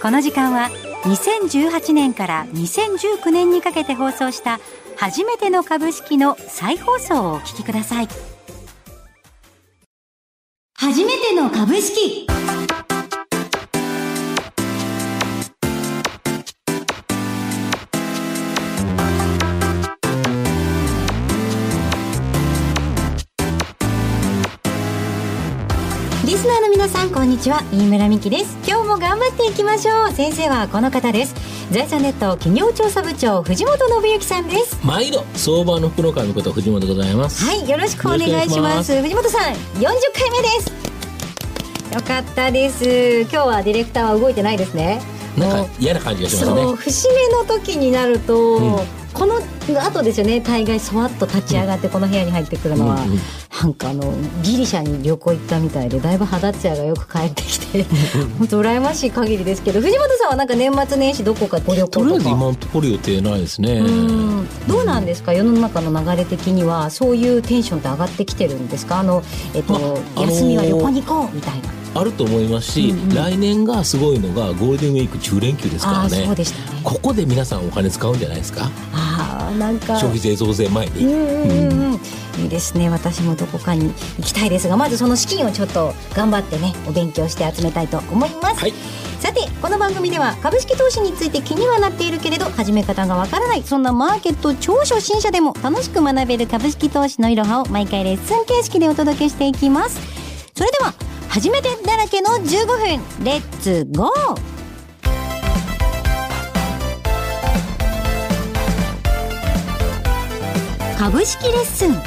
この時間は2018年から2019年にかけて放送した初めての株式の再放送をお聞きください。初めての株式。リスナーの皆さん、こんにちは。飯村美希です。今日も頑張っていきましょう。先生はこの方です。財産ネット企業調査部長、藤本信之さんです。 毎度相場の福の神こと藤本でございます。 はい、よろしくお願いします。藤本さん、40回目です。よかったです。今日はディレクターは動いてないですね。 なんか嫌な感じがしますね。 そう、節目の時になると、この後ですよね。大概そわっと立ち上がってこの部屋に入ってくるのは、なんかギリシャに旅行行ったみたいで、だいぶ肌ツヤがよく帰ってきて本当羨ましい限りですけど、藤本さんはなんか年末年始どこかご旅行とか？ とりあえず今のところ予定ないですね。 どうなんですか、世の中の流れ的にはそういうテンションって上がってきてるんですか？休みは旅行に行こうみたいなあると思いますし、来年がすごいのがゴールデンウィーク10連休ですからね。 そうでしたね。 ここで皆さんお金使うんじゃないですか。 なんか消費税増税前に、 いいですね。私もどこかに行きたいですが、まずその資金をちょっと頑張ってね、お勉強して集めたいと思います、はい。さて、この番組では株式投資について気にはなっているけれど始め方がわからない、そんなマーケット超初心者でも楽しく学べる株式投資のいろはを毎回レッスン形式でお届けしていきます。それでは初めてだらけの15分、レッツゴー。株式レッスン 1,2,3。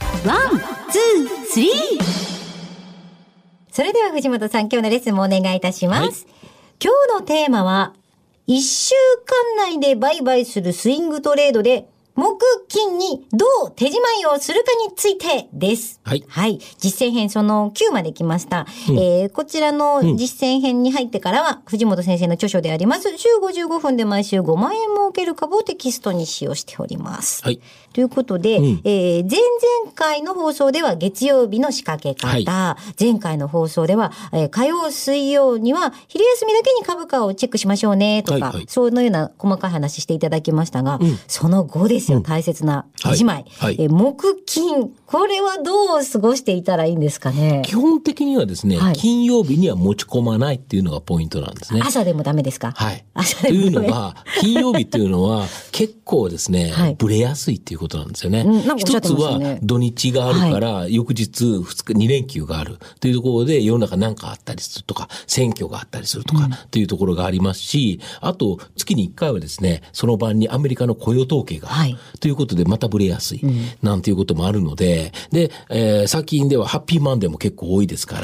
それでは藤本さん、今日のレッスンもお願いいたします、はい。今日のテーマは1週間内で売買するスイングトレードで木金にどう手仕舞いをするかについてです。はい。はい。実践編その9まで来ました。こちらの実践編に入ってからは、藤本先生の著書であります、週55分で毎週5万円儲ける株をテキストに使用しております。はい。ということで、前々回の放送では月曜日の仕掛け方、はい、前回の放送では、火曜、水曜には昼休みだけに株価をチェックしましょうねとか、はいはい、そういうような細かい話していただきましたが、その後ですよ、大切な手仕舞い、はいはい、木金、これはどう過ごしていたらいいんですかね。 基本的にはですね、はい、金曜日には持ち込まないっていうのがポイントなんですね。 朝でもダメですか？ はい。朝でもダメ。というのは、金曜日っていうのは結構ですね、はい、ブレやすいっていうことなんですよね。一つは土日があるから、はい、翌日2日2連休があるというところで世の中なんかあったりするとか、選挙があったりするとかっていうところがありますし、あと月に1回はですね、その晩にアメリカの雇用統計がある、はい、ということでまたブレやすい、なんていうこともあるので、で、最近ではハッピーマンデーも結構多いですから、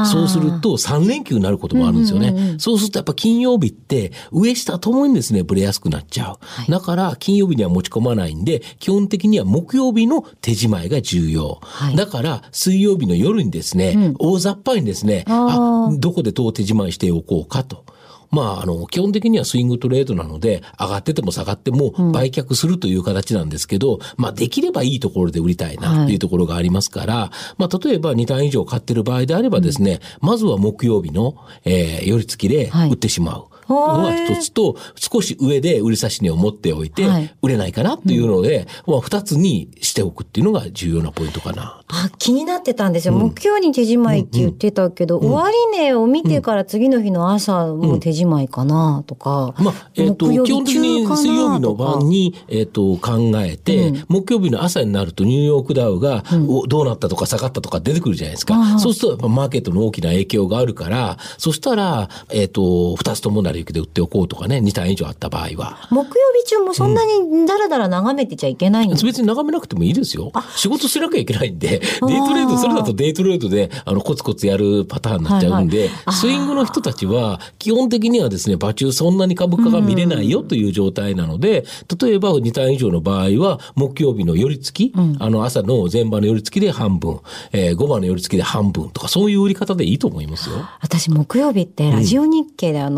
そうすると3連休になることもあるんですよね。そうするとやっぱ金曜日って上下ともにですね、ブレやすくなっちゃう。はい、だから金曜日には持ち込まないんで、基本的には木曜日の手仕舞いが重要。はい、だから水曜日の夜にですね、大雑把にですね、どこでどう手仕舞いしておこうかと。基本的にはスイングトレードなので、上がってても下がっても売却するという形なんですけど、できればいいところで売りたいなっていうところがありますから、例えば2単以上買ってる場合であればですね、まずは木曜日の、寄り付きで売ってしまう。のが一つと、少し上で売り差し値を持っておいて、売れないかなっていうので、二つにしておくっていうのが重要なポイントかな。 気になってたんですよ。目標に手仕舞いって言ってたけど、終値を見てから次の日の朝も手仕舞いかなとか。 基本的に水曜日の晩に、考えて、木曜日の朝になるとニューヨークダウが、どうなったとか下がったとか出てくるじゃないですか。そうするとやっぱマーケットの大きな影響があるから、そしたら、二つともなり行きで売っておこうとかね、2単以上あった場合は。 木曜日中もそんなにだらだら眺めてちゃいけないんですか？ 別に眺めなくてもいいですよ。仕事しなきゃいけないんで、デイトレード、それだとデイトレードで、コツコツやるパターンになっちゃうんで、スイングの人たちは、基本的にはですね、場中そんなに株価が見れないよという状態なので、例えば2単以上の場合は、木曜日の寄り付き、朝の前場の寄り付きで半分、5番の寄り付きで半分とか、そういう売り方でいいと思いますよ。 私、木曜日ってラジオ日経で、証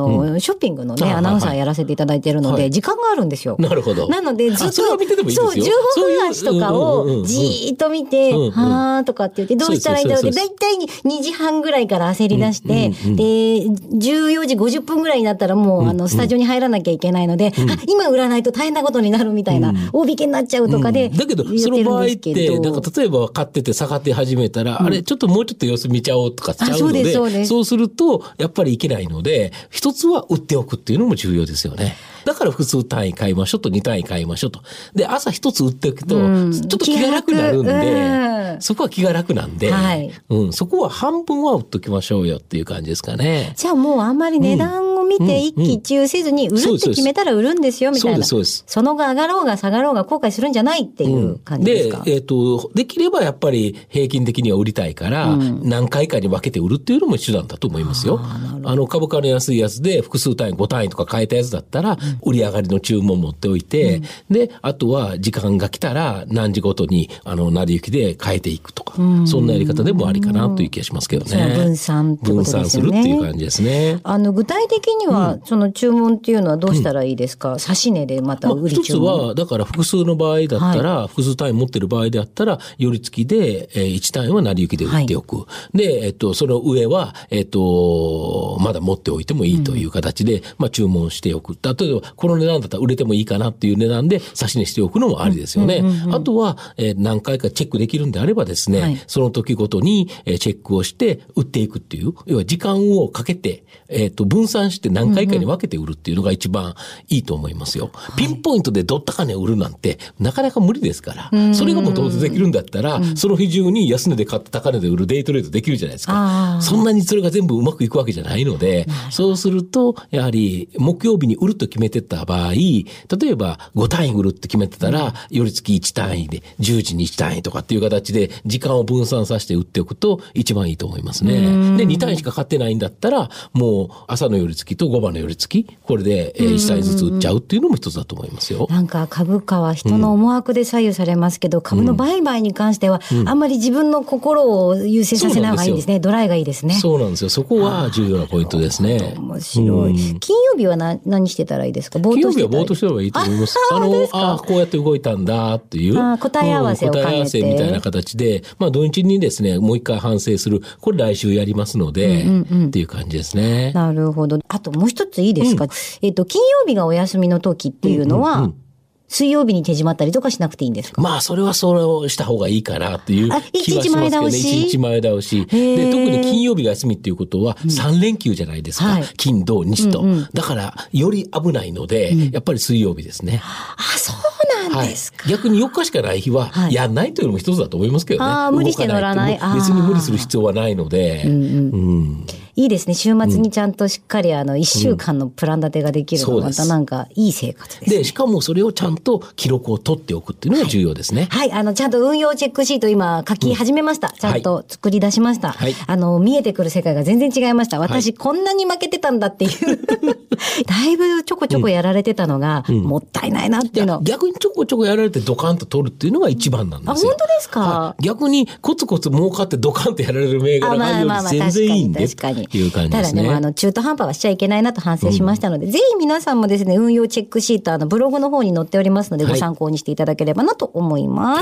ショッピングのね、アナウンサーやらせていただいているので、時間があるんですよ。 なるほど。 なので、ずっと、 それを見ててもいいですよ。 そう、15分足とかをじーっと見て、はーとかって言って、どうしたらいいんだろうって、だいたい2時半ぐらいから焦り出して、で、14時50分ぐらいになったらもう、スタジオに入らなきゃいけないので、今売らないと大変なことになるみたいな、大引けになっちゃうとかで。 だけど、その場合って、なんか例えば買ってて下がって始めたら、あれ、ちょっともうちょっと様子見ちゃおうとかしちゃうので、そうすると、やっぱりいけないので、一つは売っておくっていうのも重要ですよね。だから複数単位買いましょうと、2単位買いましょうと。で、朝一つ売っておくと、ちょっと気が楽になるんで、そこは気が楽なんで、そこは半分は売っときましょうよっていう感じですかね。 じゃあもうあんまり値段を見て一喜一憂せずに、売るって決めたら売るんですよ、みたいな。そうです。その後上がろうが下がろうが後悔するんじゃないっていう感じですか。 で、できればやっぱり平均的には売りたいから、何回かに分けて売るっていうのも手段だと思いますよ。株価の安いやつで複数単位5単位とか買えたやつだったら、売り上がりの注文持っておいて、で、あとは時間が来たら何時ごとに、成り行きで変えていくとか、そんなやり方でもありかなという気がしますけどね。 分散ってことですよね。 分散するっていう感じですね。 具体的には、その注文っていうのはどうしたらいいですか？指値でまた売り注文。 一つは、だから複数の場合だったら、複数単位持ってる場合であったら、寄り付きで、1単位は成り行きで売っておく。で、その上は、まだ持っておいてもいいという形で、注文しておく。例えば、この値段だったら売れてもいいかなっていう値段で指値しておくのもありですよね。あとは、何回かチェックできるんであればですね、その時ごとにチェックをして売っていくっていう、要は時間をかけて、分散して何回かに分けて売るっていうのが一番いいと思いますよ。ピンポイントでどったか値売るなんて、なかなか無理ですから。それがもともとできるんだったら、その日中に安値で買って高値で売るデイトレードできるじゃないですか。そんなにそれが全部うまくいくわけじゃないので、そうすると、やはり木曜日に売ると決めてた場合、例えば5単位売るって決めてたら、寄り付き1単位で10時に1単位とかっていう形で時間を分散させて売っておくと一番いいと思いますね。で、2単位しか買ってないんだったら、もう朝の寄り付きと午後の寄り付き、これで1単位ずつ売っちゃうっていうのも一つだと思いますよ。 なんか株価は人の思惑で左右されますけど、株の売買に関しては、あんまり自分の心を優先させない方がいいんですね。ドライがいいですね。 そうなんですよ。そこは重要なポイントですね。 面白い。金曜日は何してたらいいですか？ 金曜日はぼーっとしてればいいと思います。こうやって動いたんだっていう。 答え合わせを兼ねて。 答え合わせみたいな形で、土日にですね、もう一回反省する。これ来週やりますので、っていう感じですね。 なるほど。あともう一ついいですか？金曜日がお休みの時っていうのは、水曜日に手締まったりとかしなくていいんですか？ それはそれをした方がいいかなっていう気がしますけどね。一日前倒し。で、特に金曜日が休みっていうことは3連休じゃないですか。金、土、日と。だから、より危ないので、やっぱり水曜日ですね。 そうなんですか。 逆に4日しかない日は、やんないというのも一つだと思いますけどね。 無理して乗らない。 別に無理する必要はないので。 いいですね。週末にちゃんとしっかり1週間のプラン立てができるのがまたなんかいい生活ですね。 で、しかもそれをちゃんと記録を取っておくっていうのが重要ですね。 はい。ちゃんと運用チェックシート今書き始めました。ちゃんと作り出しました。見えてくる世界が全然違いました。私こんなに負けてたんだっていう。だいぶちょこちょこやられてたのがもったいないなっていうの。 逆にちょこちょこやられてドカンと取るっていうのが一番なんですよ。 本当ですか？ 逆にコツコツ儲かってドカンとやられる銘柄があるより全然いいんでっていう感じですね。 ただね、中途半端はしちゃいけないなと反省しましたので、ぜひ皆さんもですね、運用チェックシートブログの方に載っておりますので、ご参考にしていただければなと思います。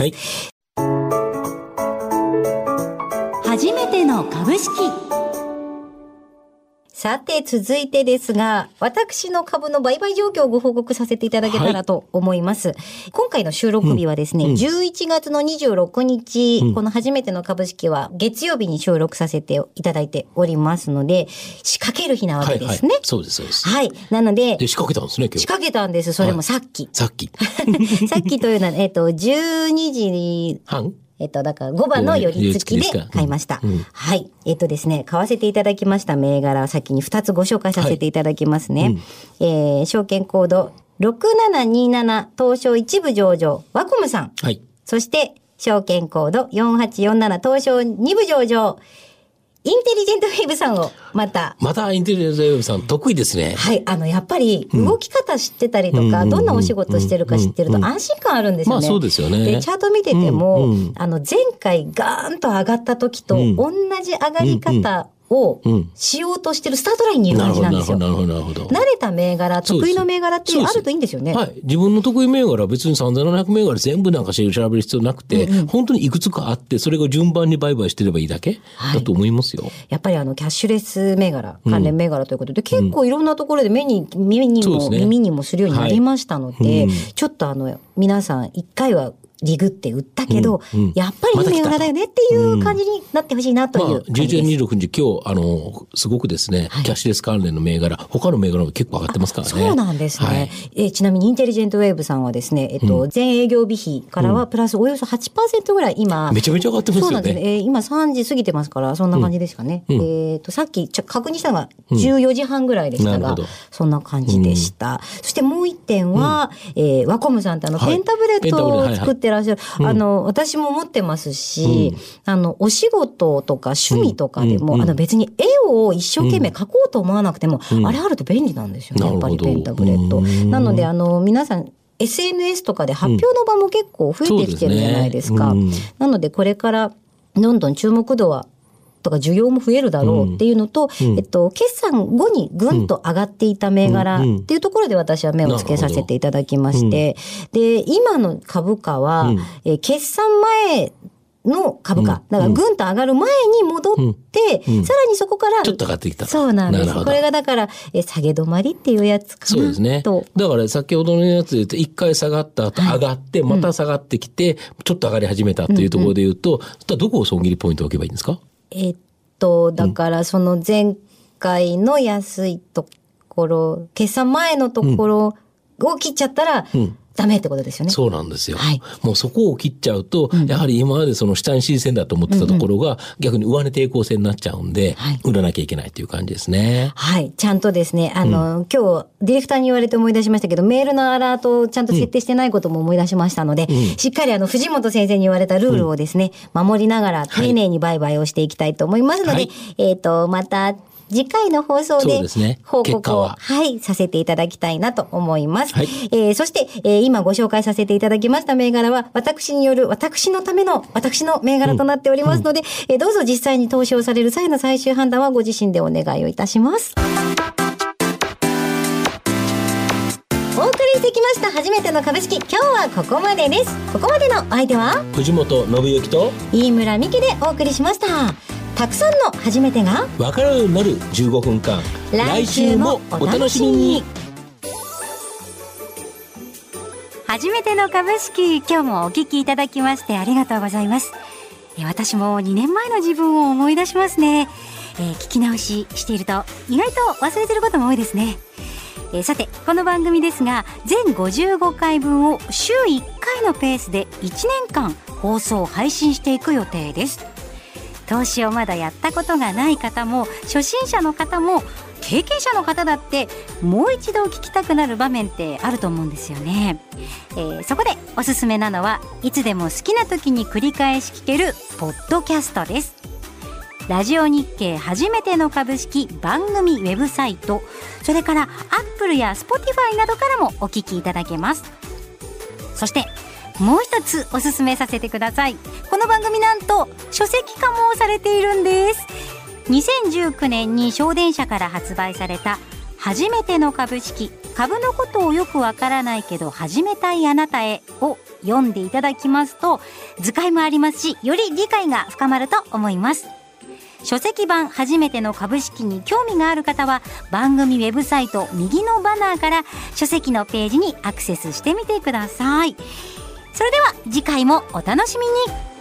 初めての株式。さて続いてですが、私の株の売買状況をご報告させていただけたらと思います。今回の収録日はですね、11月の26日、この初めての株式は月曜日に収録させていただいておりますので、仕掛ける日なわけですね。 そうです、そうです。 はい。なので、 仕掛けたんですね、今日。 仕掛けたんです。それもさっき。 さっき。 さっきというのは、12時半だから5番の寄り付きで買いました。はい。ですね、買わせていただきました銘柄、先に2つご紹介させていただきますね。証券コード6727東証一部上場、ワコムさん。はい。そして、証券コード4847東証二部上場、インテリジェントウェーブさんをまたインテリジェントウェーブさん得意ですね。 はい。やっぱり動き方知ってたりとか、どんなお仕事してるか知ってると安心感あるんですよね。 そうですよね。 で、チャート見てても、前回ガーンと上がった時と同じ上がり方をしようとしてるスタートラインにいる感じなんですよ。 なるほど、なるほど。 慣れた銘柄、得意の銘柄ってあるといいんですよね。 はい。自分の得意銘柄は別に3700銘柄全部なんか調べる必要なくて、本当にいくつかあって、それが順番に売買してればいいだけだと思いますよ。 やっぱりキャッシュレス銘柄、関連銘柄ということで、結構いろんなところで耳にもするようになりましたので、ちょっと皆さん一回はリグって売ったけど、やっぱりいい銘柄だよねっていう感じになってほしいなという感じです。 11月26日、今日、すごくですね、キャッシュレス関連の銘柄、他の銘柄も結構上がってますからね。 そうなんですね。ちなみにインテリジェントウェーブさんはですね、全営業日比からはプラスおよそ 8% ぐらい今。 めちゃめちゃ上がってますよね。 そうなんですね。今3時過ぎてますから、そんな感じですかね。さっき確認したのが14時半ぐらいでしたが、そんな感じでした。そしてもう一点は、ワコムさんってペンタブレットを作ってらっしゃる、私も持ってますし、お仕事とか趣味とかでも、別に絵を一生懸命描こうと思わなくても、あれあると便利なんですよね、やっぱりペンタブレット。なので、皆さん、SNS とかで発表の場も結構増えてきてるじゃないですか。なので、これからどんどん注目度はとか需要も増えるだろうっていうのと、決算後にぐんと上がっていた銘柄っていうところで私は目をつけさせていただきまして、で、今の株価は、決算前の株価、だからぐんと上がる前に戻って、さらにそこから、 ちょっと上がってきた。 そうなんです。これがだから、下げ止まりっていうやつかなと。 そうですね。だから先ほどのやつで言うと、一回下がった後上がって、また下がってきて、ちょっと上がり始めたっていうところで言うと、どこを損切りポイントを置けばいいんですか？ だからその前回の安いところ、決算前のところを切っちゃったら、ダメってことですよね。 そうなんですよ。もうそこを切っちゃうと、やはり今までその下に支持線だと思ってたところが、逆に上値抵抗線になっちゃうんで、売らなきゃいけないという感じですね。 はい。ちゃんとですね、今日、ディレクターに言われて思い出しましたけど、メールのアラートをちゃんと設定してないことも思い出しましたので、しっかり藤本先生に言われたルールをですね、守りながら丁寧に売買をしていきたいと思いますので、また、次回の放送で報告を、させていただきたいなと思います。そして、今ご紹介させていただきました銘柄は、私による私のための私の銘柄となっておりますので、どうぞ実際に投資をされる際の最終判断はご自身でお願いをいたします。お送りしてきました初めての株式、今日はここまでです。ここまでのお相手は藤本信之と飯村美希でお送りしました。たくさんの初めてが分かるようになる15分間、来週もお楽しみに。 初めての株式、今日もお聞きいただきましてありがとうございます。私も2年前の自分を思い出しますね。聞き直ししていると意外と忘れてることも多いですね。さて、この番組ですが、全55回分を週1回のペースで1年間放送配信していく予定です。投資をまだやったことがない方も、初心者の方も、経験者の方だってもう一度聞きたくなる場面ってあると思うんですよね。そこでおすすめなのは、いつでも好きな時に繰り返し聞けるポッドキャストです。ラジオ日経初めての株式番組ウェブサイト、それから Apple や Spotify などからもお聞きいただけます。そしてもう一つおすすめさせてください。この番組なんと書籍化もされているんです。2019年に小電社から発売された初めての株式、株のことをよくわからないけど始めたいあなたへを読んでいただきますと、図解もありますし、より理解が深まると思います。書籍版初めての株式に興味がある方は、番組ウェブサイト右のバナーから書籍のページにアクセスしてみてください。それでは次回もお楽しみに。